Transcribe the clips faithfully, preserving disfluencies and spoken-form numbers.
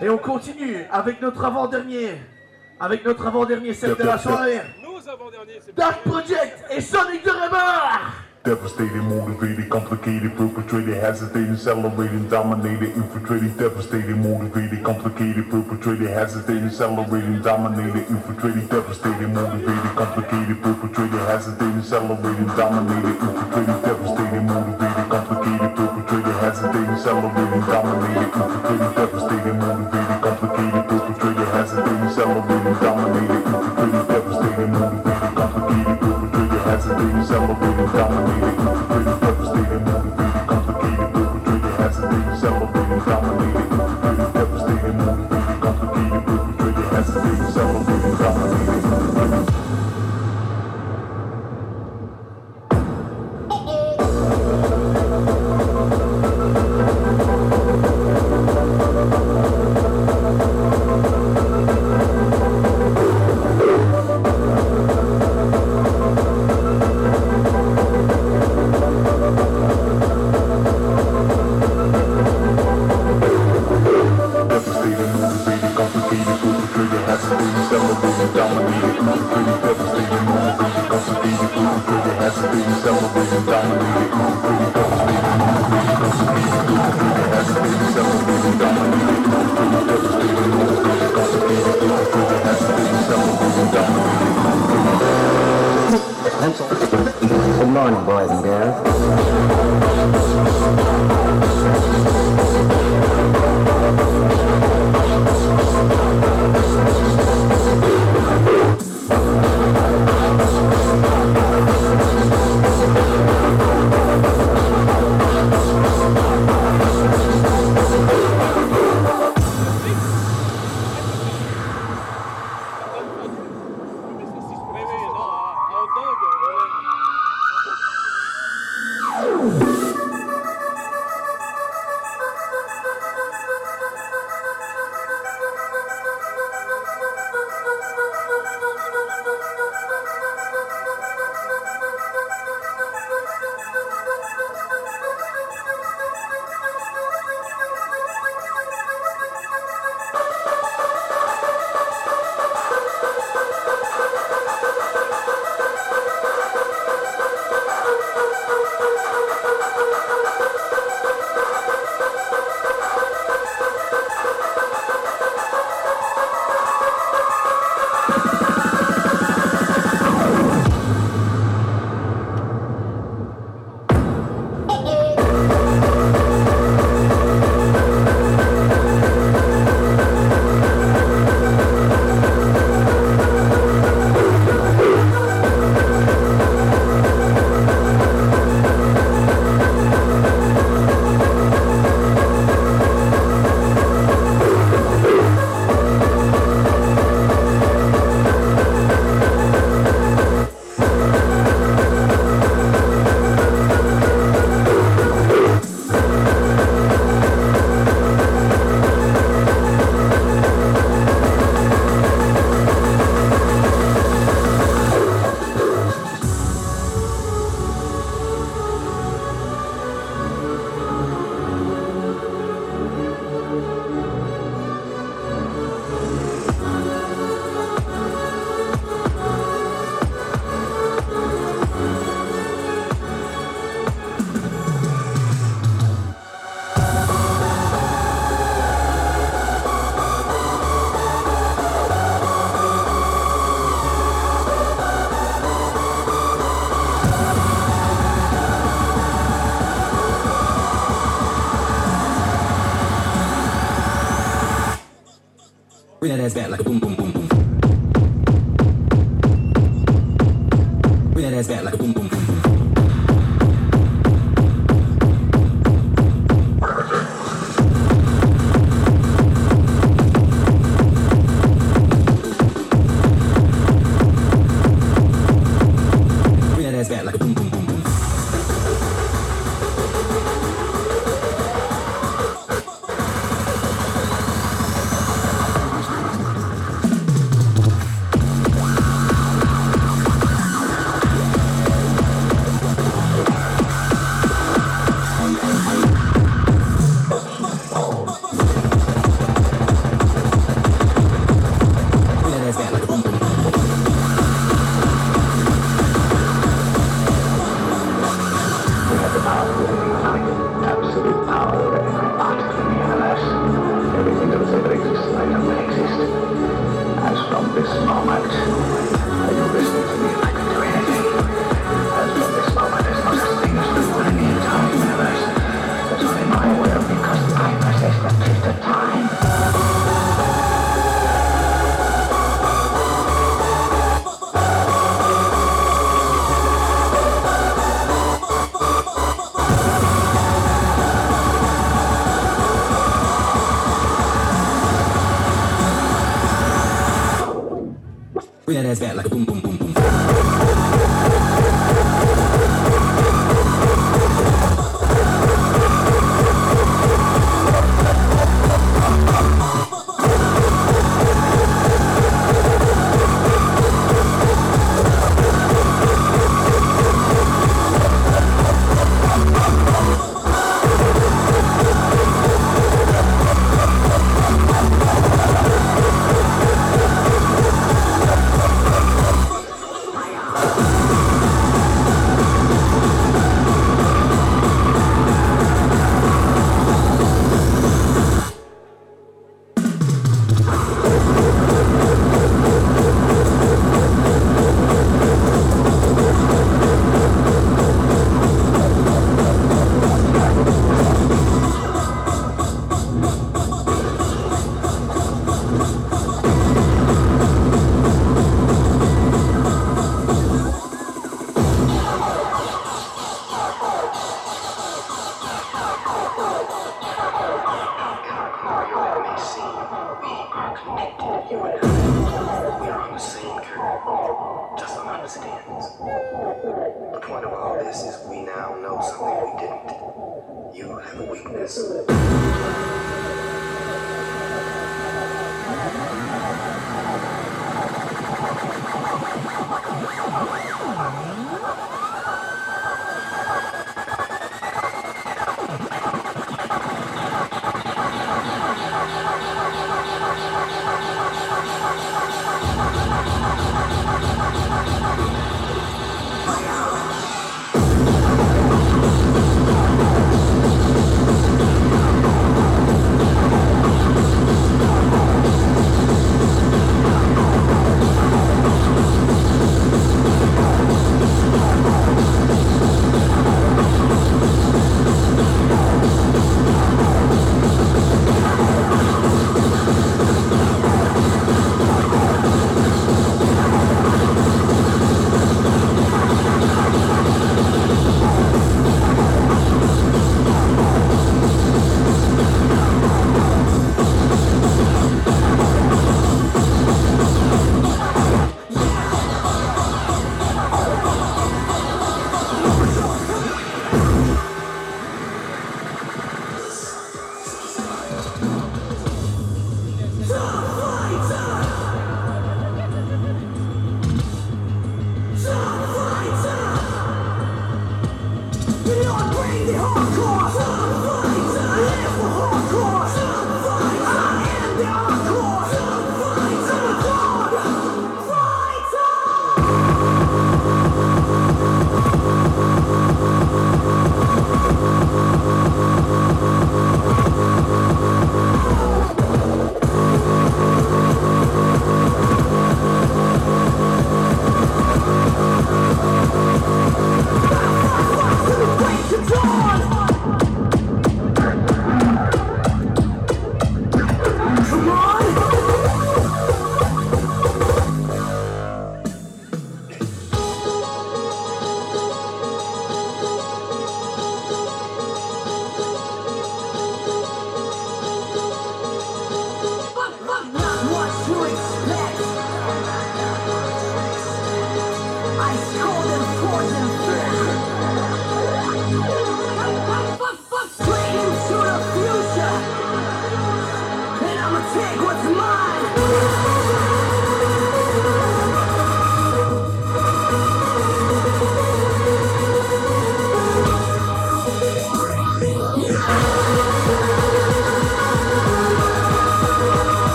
Et on continue avec notre avant-dernier. Avec notre avant-dernier set de la soirée. Nos avant-derniers, c'est Dark Project et Sonic the Rebel. Devastating, motivated, complicated, perpetrated, hesitating, celebrating, dominated, infiltrating, devastating, motivated, complicated, perpetrated, hesitating, celebrating, dominated, infiltrating, devastating, motivated, complicated, perpetrated, hesitating, celebrating, dominated, infiltrating, devastating, motivated, complicated, perpetrated, hesitating, celebrating, dominated, infiltrating, devastating, motivated, complicated, perpetrated, hesitating, celebrating, dominated, infiltrating, devastating, motivated, complicated, perpetrated, hesitating, celebrating, dominated. Infiltrated, devastating, motivated, complicated, perpetrated, hesitating, celebrating, dominated, infiltrated, devastating, motivated, complicated, perpetrated, hesitating, celebrating, dominated. Good morning, boys and girls. Bring that ass back like a boom, boom, boom, boom. Bring that ass back like a boom, boom, boom, boom. Bring that ass back like a boom, boom, boom, boom. from this moment, are you listening to me like a do anything? As from this moment, there's no such thing as the linear time universe. There's only my will because I possess the gift of time. Bring that ass back like a boom, boom, boom, boom.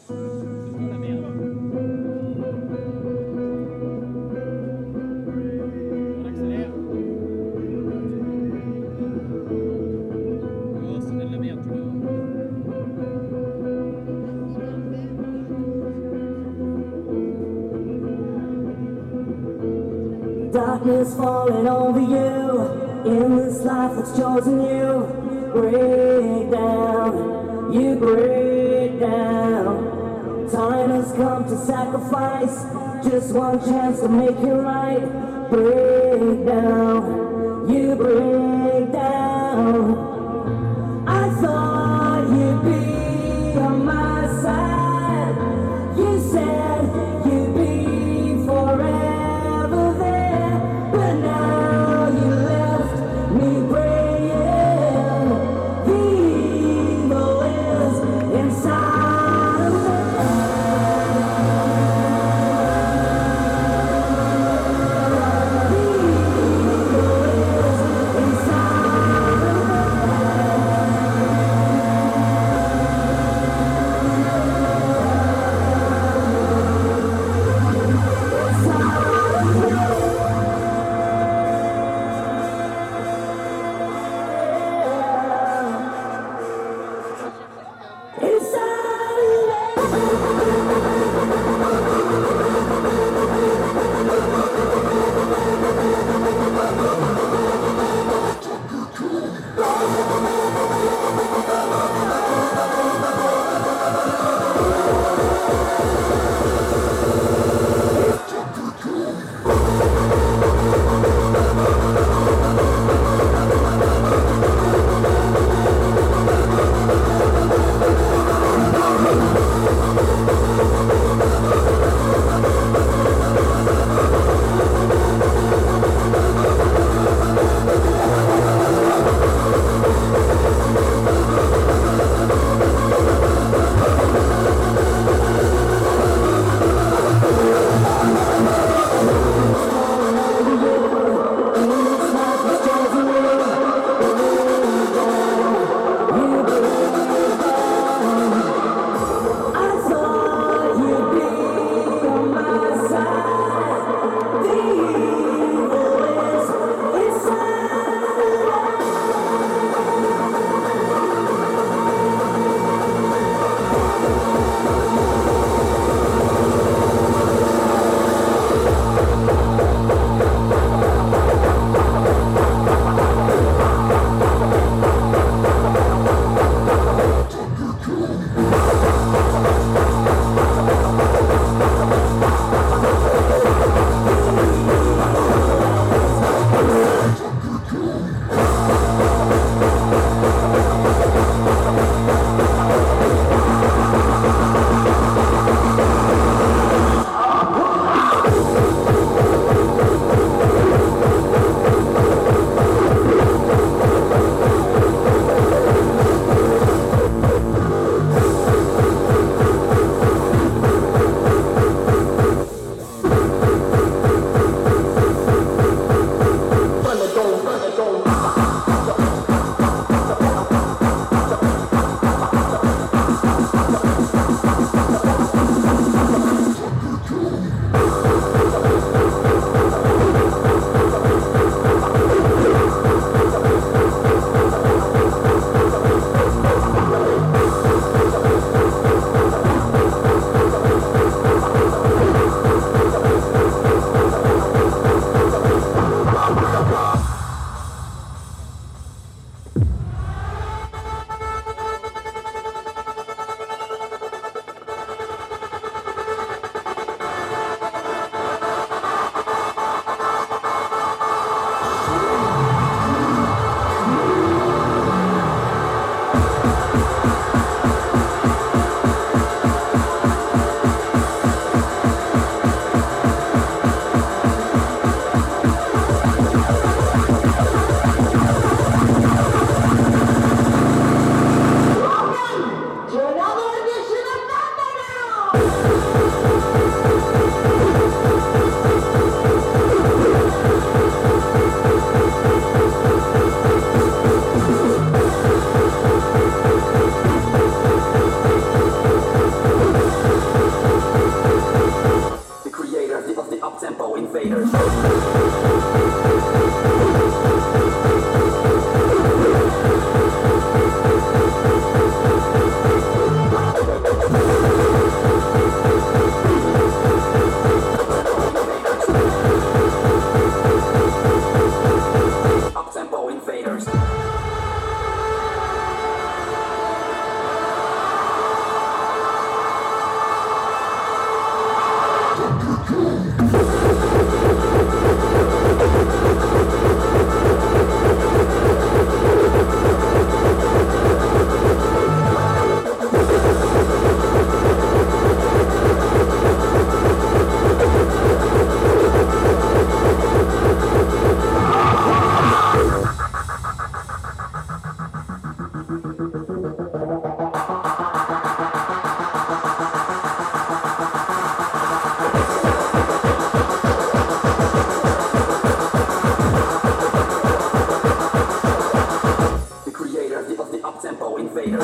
Darkness falling over you, in this life that's chosen you. Break down, you break down. Time has come to sacrifice, just one chance to make it right. Break down, you break down. I thought you'd be on my side. You said you'd be forever there, but now you left me praying. The evil is inside of me. The evil is inside of me. invaders.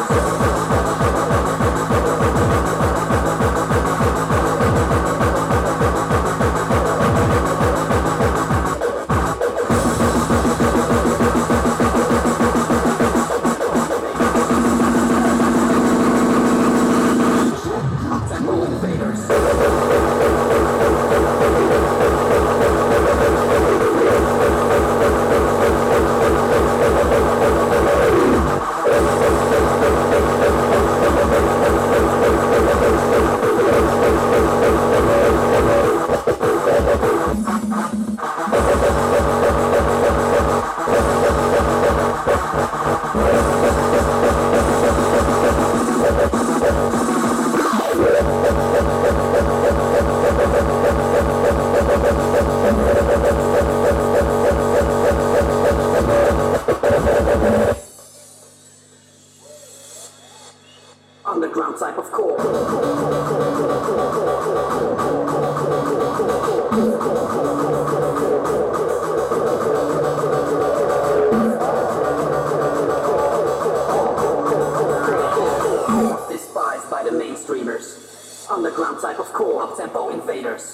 Underground type of core. Despised by the mainstreamers. Underground type of core. Up-tempo invaders.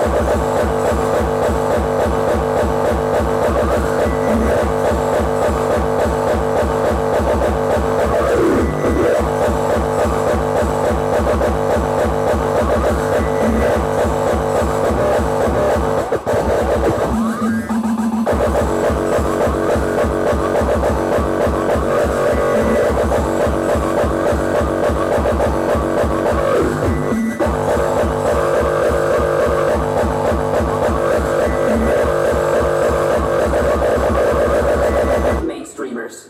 Mainstreamers.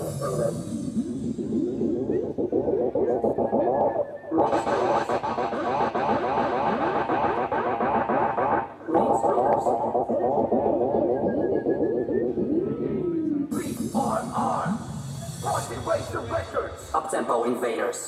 Up-tempo invaders.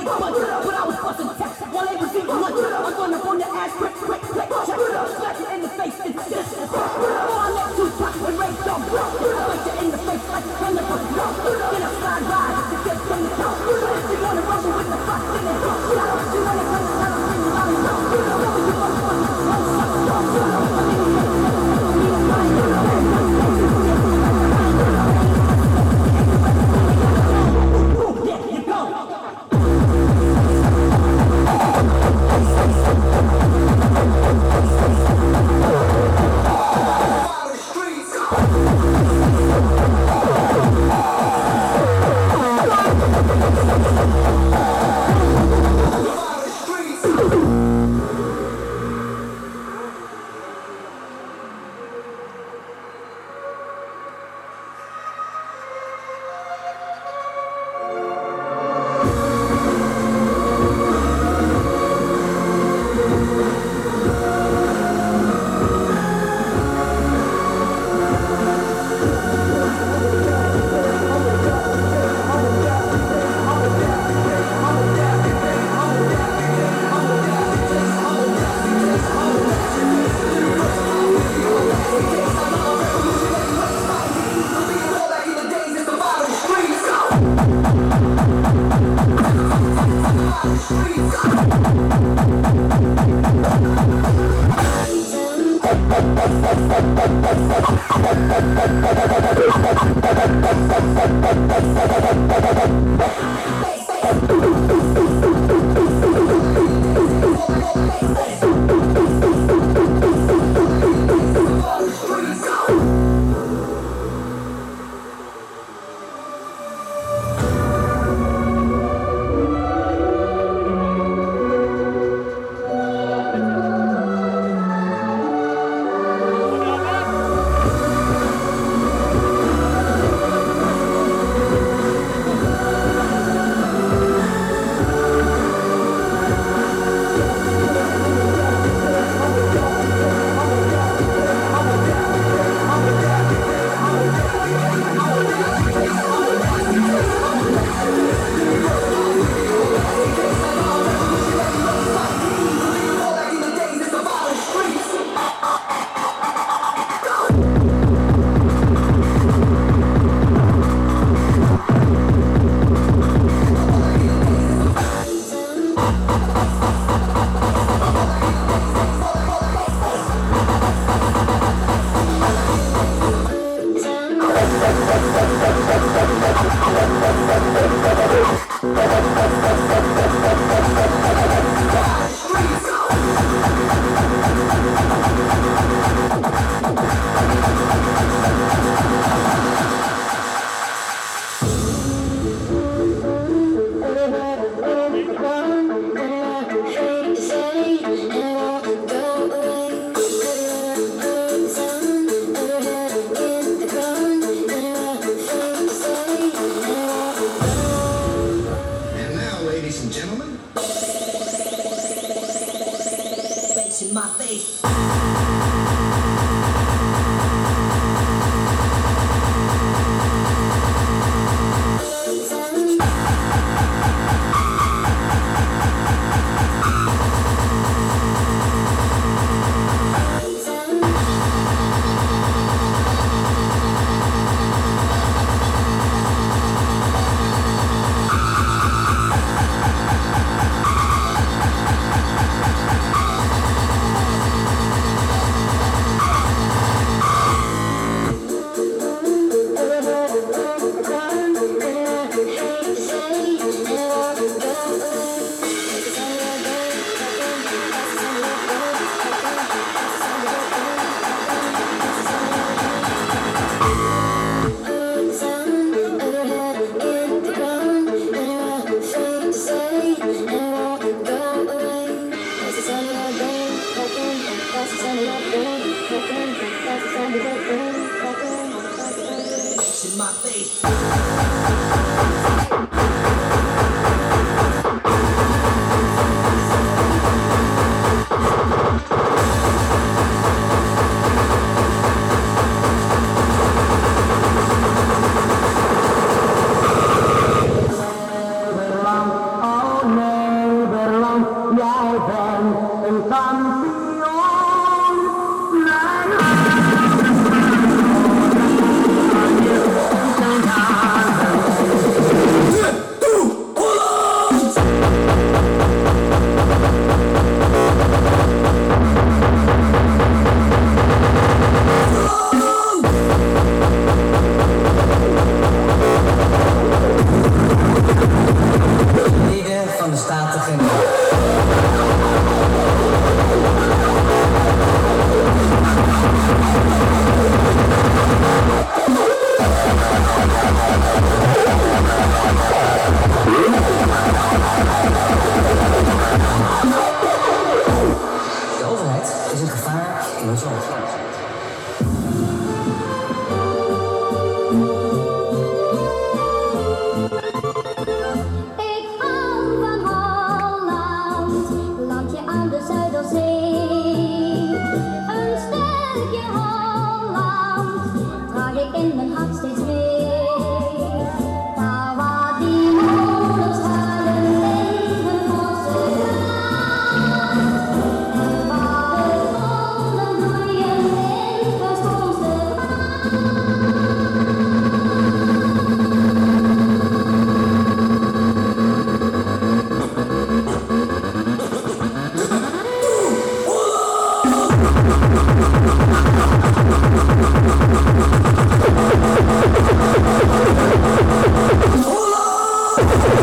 big bunch, but I was busting text while they was eating lunch. I'm gonna burn your ass quick, quick, quick, check. Slap you in the face, it's disrespect. Before I let two pop and Ray jump, I bite you in the face like a thunder bus. Then I slide by just to get from the top. If you wanna rumble with the fuck, then it's shot. You wanna come to town, then you gotta know. Know you motherfuckers, one suck, one suck. I mean, you can't me a mind, you know. Yeah, you go. In my face.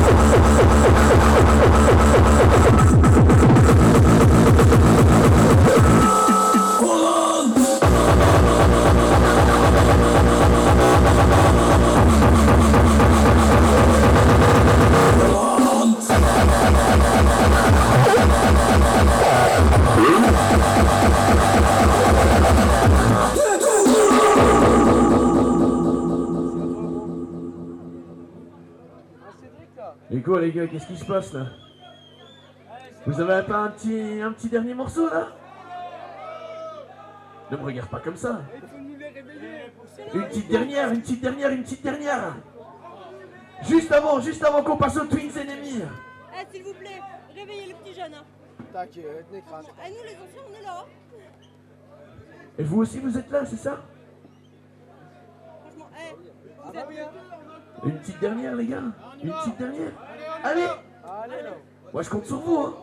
Et quoi les gars, qu'est-ce qui se passe là? Vous avez pas un petit, un petit dernier morceau là? Ne me regarde pas comme ça. Une petite dernière, une petite dernière, une petite dernière. Juste avant, juste avant qu'on passe aux Twins Ennemis. Eh, s'il vous plaît, réveillez le petit jeune. Hein. T'inquiète, n'écrase. Eh, nous les anciens, on est là. Et vous aussi vous êtes là, c'est ça? Franchement, eh, vous êtes... Une petite dernière les gars. Une petite dernière. Allez. Allez là. Moi je compte sur vous hein.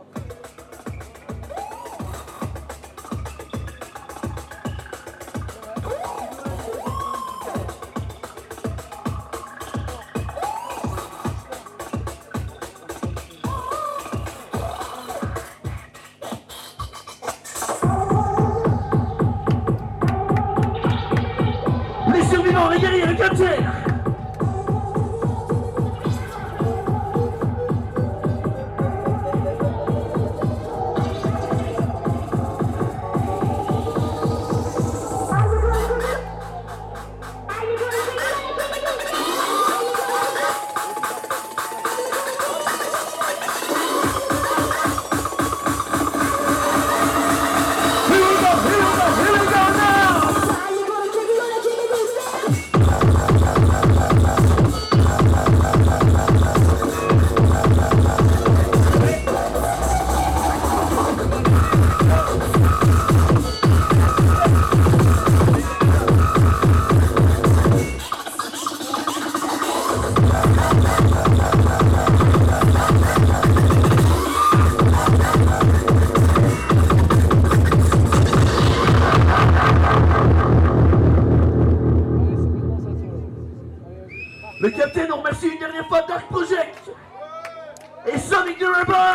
Les survivants, les guerriers, les capitaines. Le capitaine, on remercie une dernière fois Dark Project et Sonic the Rebel.